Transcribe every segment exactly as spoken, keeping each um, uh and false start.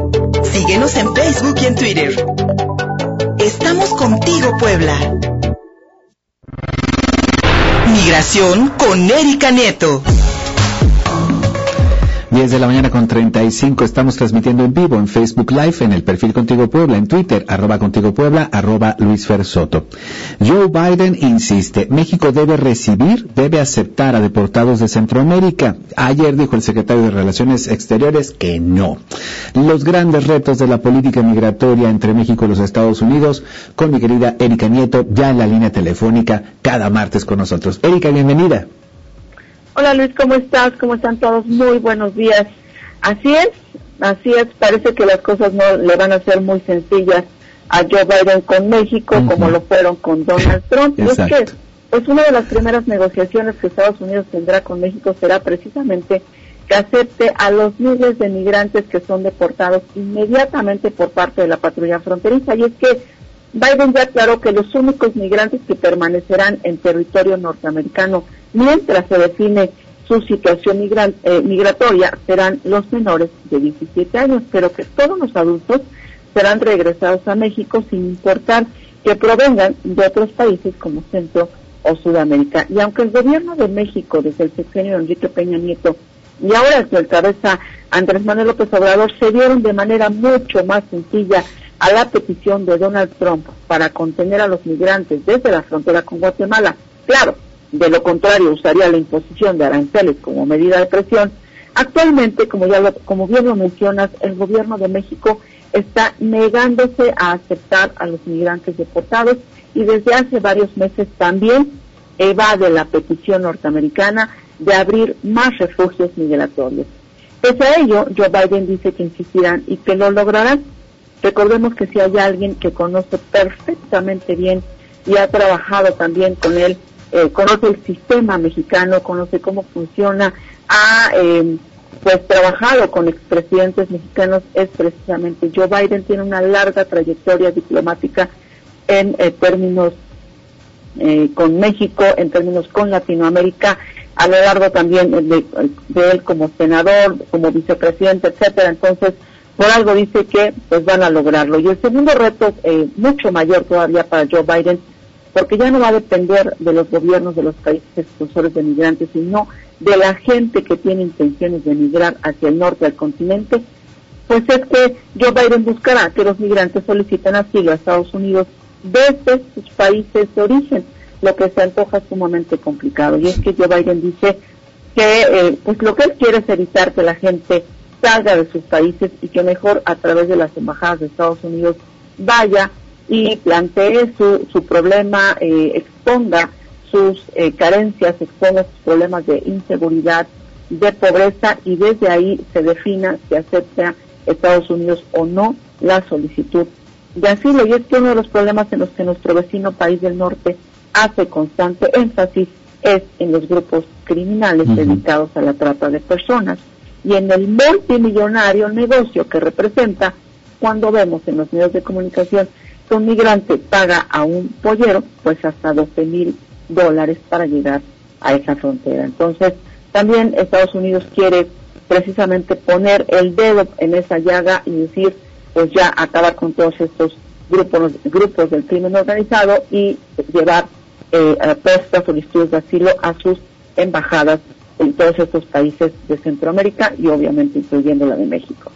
Síguenos en Facebook y en Twitter. Estamos contigo, Puebla. Migración con Erika Nieto. diez de la mañana con treinta y cinco, estamos transmitiendo en vivo en Facebook Live, en el perfil Contigo Puebla, en Twitter, arroba Contigo Puebla, arroba Luis Fer Soto. Joe Biden insiste, México debe recibir, debe aceptar a deportados de Centroamérica. Ayer dijo el secretario de Relaciones Exteriores que no. Los grandes retos de la política migratoria entre México y los Estados Unidos, con mi querida Erika Nieto, ya en la línea telefónica, cada martes con nosotros. Erika, bienvenida. Hola Luis, ¿cómo estás? ¿Cómo están todos? Muy buenos días. Así es, así es, parece que las cosas no le van a ser muy sencillas a Joe Biden con México, uh-huh. como lo fueron con Donald Trump. Y es que, pues una de las primeras negociaciones que Estados Unidos tendrá con México será precisamente que acepte a los miles de migrantes que son deportados inmediatamente por parte de la patrulla fronteriza. Y es que Biden ya aclaró que los únicos migrantes que permanecerán en territorio norteamericano mientras se define su situación migran, eh, migratoria serán los menores de diecisiete años, pero que todos los adultos serán regresados a México sin importar que provengan de otros países como Centro o Sudamérica. Y aunque el gobierno de México, desde el sexenio de Enrique Peña Nieto y ahora desde el cabeza Andrés Manuel López Obrador, se dieron de manera mucho más sencilla a la petición de Donald Trump para contener a los migrantes desde la frontera con Guatemala, claro, de lo contrario usaría la imposición de aranceles como medida de presión. Actualmente, como ya lo, como bien lo mencionas, el gobierno de México está negándose a aceptar a los migrantes deportados y desde hace varios meses también evade la petición norteamericana de abrir más refugios migratorios. Pese a ello, Joe Biden dice que insistirán y que lo lograrán. Recordemos que si hay alguien que conoce perfectamente bien y ha trabajado también con él, Eh, conoce el sistema mexicano, conoce cómo funciona, ha eh, pues trabajado con expresidentes mexicanos, es precisamente Joe Biden. Tiene una larga trayectoria diplomática en eh, términos eh, con México, en términos con Latinoamérica, a lo largo también de, de él como senador, como vicepresidente, etcétera. Entonces, por algo dice que pues van a lograrlo. Y el segundo reto, eh, mucho mayor todavía para Joe Biden, porque ya no va a depender de los gobiernos de los países expulsores de migrantes, sino de la gente que tiene intenciones de emigrar hacia el norte del continente, pues es que Joe Biden buscará que los migrantes soliciten asilo a Estados Unidos desde sus países de origen, lo que se antoja sumamente complicado. Y es que Joe Biden dice que eh, pues lo que él quiere es evitar que la gente salga de sus países y que mejor a través de las embajadas de Estados Unidos vaya y plantee su, su problema, eh, exponga sus eh, carencias, exponga sus problemas de inseguridad, de pobreza, y desde ahí se defina si acepta Estados Unidos o no la solicitud de asilo. Y es que uno de los problemas en los que nuestro vecino país del norte hace constante énfasis es en los grupos criminales uh-huh. dedicados a la trata de personas y en el multimillonario negocio que representa cuando vemos en los medios de comunicación que un migrante paga a un pollero pues hasta doce mil dólares para llegar a esa frontera. Entonces, también Estados Unidos quiere precisamente poner el dedo en esa llaga y decir, pues ya acabar con todos estos grupos grupos del crimen organizado y llevar eh, a todas estas solicitudes de asilo a sus embajadas en todos estos países de Centroamérica y obviamente incluyendo la de México.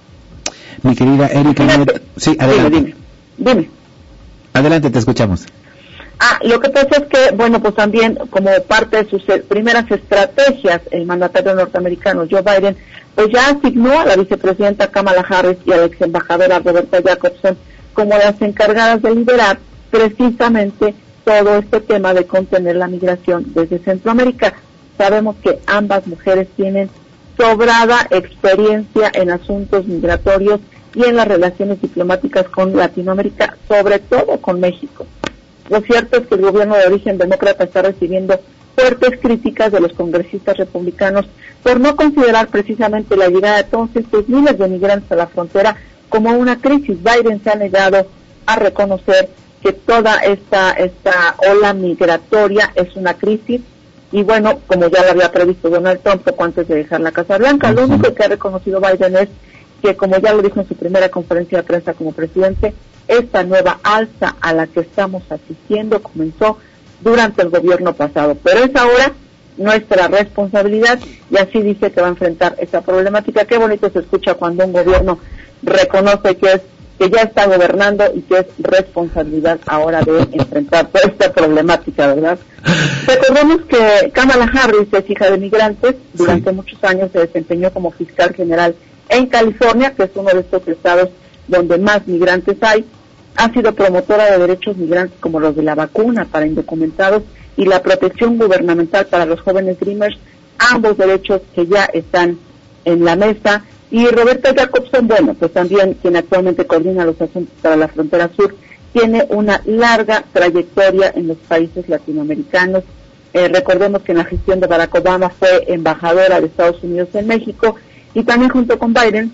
Mi querida Erika, Fíjate, sí, adelante. Dime, dime. dime. Adelante, te escuchamos. Ah, lo que pasa es que, bueno, pues también como parte de sus primeras estrategias, el mandatario norteamericano Joe Biden, pues ya asignó a la vicepresidenta Kamala Harris y a la ex embajadora Roberta Jacobson como las encargadas de liderar precisamente todo este tema de contener la migración desde Centroamérica. Sabemos que ambas mujeres tienen sobrada experiencia en asuntos migratorios y en las relaciones diplomáticas con Latinoamérica, sobre todo con México. Lo cierto es que el gobierno de origen demócrata está recibiendo fuertes críticas de los congresistas republicanos por no considerar precisamente la llegada de todos estos miles de migrantes a la frontera como una crisis. Biden se ha negado a reconocer que toda esta esta ola migratoria es una crisis y bueno, como ya lo había previsto Donald Trump poco antes de dejar la Casa Blanca, lo único que ha reconocido Biden es que, como ya lo dijo en su primera conferencia de prensa como presidente, esta nueva alza a la que estamos asistiendo comenzó durante el gobierno pasado, pero es ahora nuestra responsabilidad, y así dice que va a enfrentar esta problemática. Qué bonito se escucha cuando un gobierno reconoce que es que ya está gobernando y que es responsabilidad ahora de enfrentar toda esta problemática, ¿verdad? Recordemos que Kamala Harris es hija de migrantes, durante sí. muchos años se desempeñó como fiscal general en California, que es uno de estos estados donde más migrantes hay. Ha sido promotora de derechos migrantes como los de la vacuna para indocumentados y la protección gubernamental para los jóvenes Dreamers, ambos derechos que ya están en la mesa. Y Roberta Jacobson, bueno, pues también quien actualmente coordina los asuntos para la frontera sur, tiene una larga trayectoria en los países latinoamericanos. Eh, recordemos que en la gestión de Barack Obama fue embajadora de Estados Unidos en México, y también junto con Biden,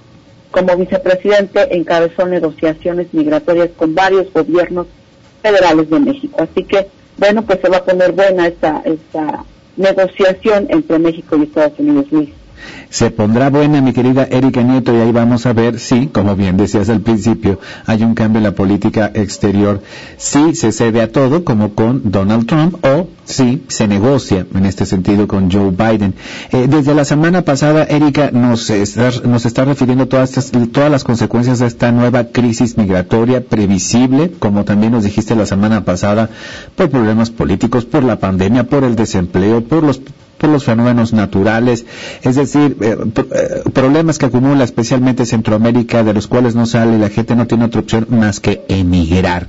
como vicepresidente, encabezó negociaciones migratorias con varios gobiernos federales de México. Así que, bueno, pues se va a poner buena esta, esta negociación entre México y Estados Unidos, Luis. Se pondrá buena, mi querida Erika Nieto, y ahí vamos a ver si, como bien decías al principio, hay un cambio en la política exterior, si se cede a todo, como con Donald Trump, o si se negocia en este sentido con Joe Biden. Eh, desde la semana pasada, Erika, nos está, nos está refiriendo todas estas, todas las consecuencias de esta nueva crisis migratoria previsible, como también nos dijiste la semana pasada, por problemas políticos, por la pandemia, por el desempleo, por los por los fenómenos naturales, es decir, eh, eh, problemas que acumula especialmente Centroamérica, de los cuales no sale, la gente no tiene otra opción más que emigrar.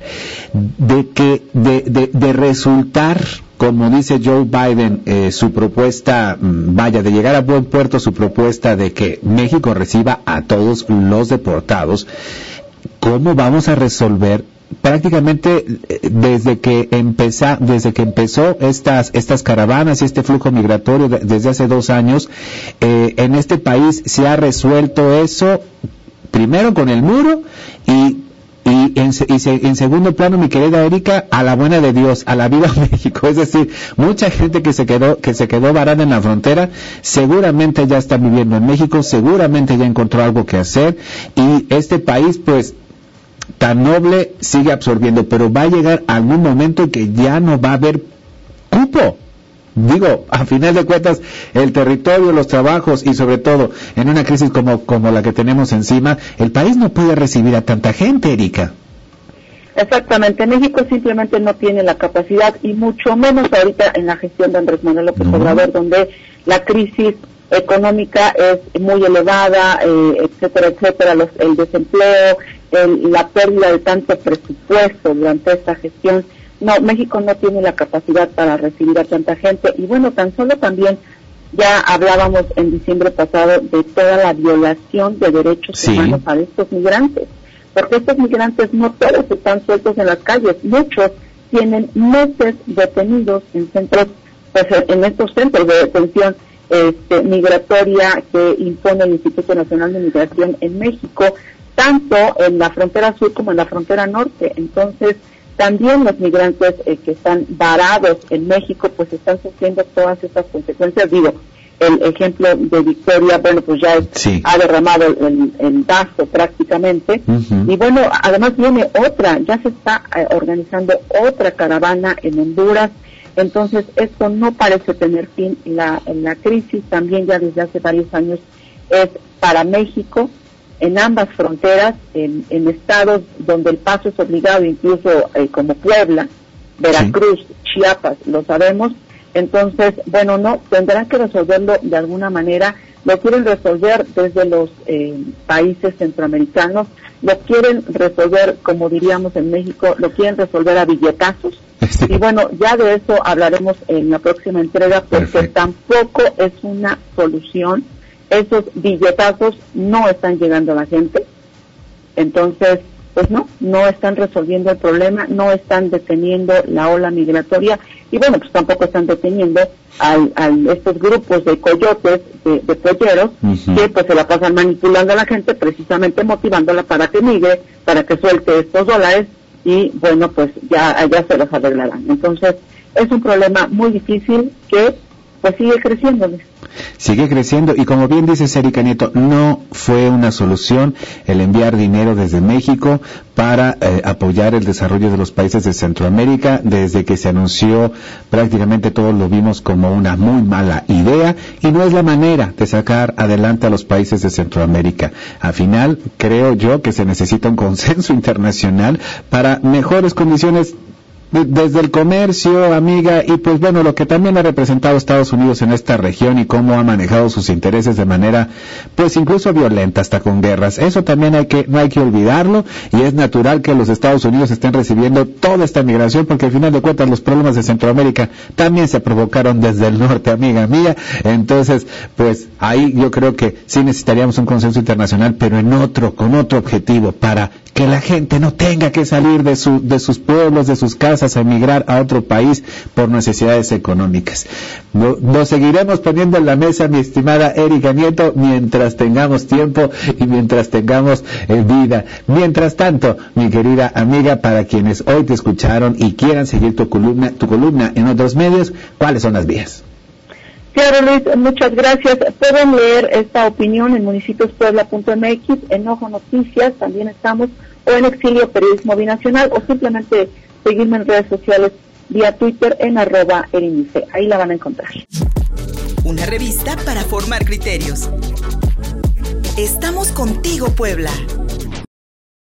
De que, de, de, de resultar, como dice Joe Biden, eh, su propuesta, vaya, de llegar a buen puerto, su propuesta de que México reciba a todos los deportados, ¿cómo vamos a resolver prácticamente desde que empezó, desde que empezó estas estas caravanas y este flujo migratorio de, desde hace dos años, eh, en este país se ha resuelto eso primero con el muro y y en, y se, en segundo plano, mi querida Erika, a la buena de Dios, a la viva México? Es decir, mucha gente que se quedó que se quedó varada en la frontera seguramente ya está viviendo en México, seguramente ya encontró algo que hacer, y este país, pues, tan noble, sigue absorbiendo, pero va a llegar algún momento en que ya no va a haber cupo. Digo, a final de cuentas, el territorio, los trabajos y sobre todo en una crisis como, como la que tenemos encima, el país no puede recibir a tanta gente, Erika. Exactamente, México simplemente no tiene la capacidad, y mucho menos ahorita en la gestión de Andrés Manuel López uh-huh. Obrador, donde la crisis económica es muy elevada, eh, etcétera, etcétera, los, el desempleo, el, la pérdida de tanto presupuesto durante esta gestión. No, México no tiene la capacidad para recibir a tanta gente, y bueno, tan solo también ya hablábamos en diciembre pasado de toda la violación de derechos sí. humanos a estos migrantes, porque estos migrantes no todos están sueltos en las calles, muchos tienen meses detenidos en centros, pues en estos centros de detención este, migratoria que impone el Instituto Nacional de Migración en México, tanto en la frontera sur como en la frontera norte. Entonces, también los migrantes eh, que están varados en México, pues están sufriendo todas estas consecuencias. Digo, el ejemplo de Victoria, bueno, pues ya es, sí. ha derramado el, el, el vaso prácticamente. Uh-huh. Y bueno, además viene otra, ya se está eh, organizando otra caravana en Honduras. Entonces, esto no parece tener fin. La, la crisis también ya desde hace varios años es para México, en ambas fronteras, en, en estados donde el paso es obligado, incluso eh, como Puebla, Veracruz, sí. Chiapas, lo sabemos. Entonces, bueno, no, tendrán que resolverlo de alguna manera. Lo quieren resolver desde los eh, países centroamericanos, lo quieren resolver, como diríamos en México, lo quieren resolver a billetazos. Sí. Y bueno, ya de eso hablaremos en la próxima entrega, porque Perfecto. Tampoco es una solución. Esos billetazos no están llegando a la gente, entonces, pues no, no están resolviendo el problema, no están deteniendo la ola migratoria, y bueno, pues tampoco están deteniendo a estos grupos de coyotes, de, de polleros, uh-huh. que pues se la pasan manipulando a la gente, precisamente motivándola para que migre, para que suelte estos dólares, y bueno, pues ya allá se los arreglarán. Entonces, es un problema muy difícil que pues sigue creciendo. Sigue creciendo y como bien dice Erika Nieto, no fue una solución el enviar dinero desde México para eh, apoyar el desarrollo de los países de Centroamérica. Desde que se anunció, prácticamente todos lo vimos como una muy mala idea y no es la manera de sacar adelante a los países de Centroamérica. Al final, creo yo que se necesita un consenso internacional para mejores condiciones desde el comercio, amiga, y pues bueno, lo que también ha representado Estados Unidos en esta región y cómo ha manejado sus intereses de manera, pues incluso violenta, hasta con guerras. Eso también hay que, no hay que olvidarlo, y es natural que los Estados Unidos estén recibiendo toda esta migración, porque al final de cuentas los problemas de Centroamérica también se provocaron desde el norte, amiga mía. Entonces, pues ahí yo creo que sí necesitaríamos un consenso internacional, pero en otro, con otro objetivo, para que la gente no tenga que salir de su, de sus pueblos, de sus casas, a emigrar a otro país por necesidades económicas. Lo, lo seguiremos poniendo en la mesa, mi estimada Erika Nieto, mientras tengamos tiempo y mientras tengamos eh, vida. Mientras tanto, mi querida amiga, para quienes hoy te escucharon y quieran seguir tu columna, tu columna en otros medios, ¿cuáles son las vías? Claro, Luis, muchas gracias. Pueden leer esta opinión en municipios puebla punto m x, en Ojo Noticias, también estamos, o en Exilio Periodismo Binacional, o simplemente seguirme en redes sociales vía Twitter en arroba erinice. Ahí la van a encontrar. Una revista para formar criterios. Estamos contigo, Puebla.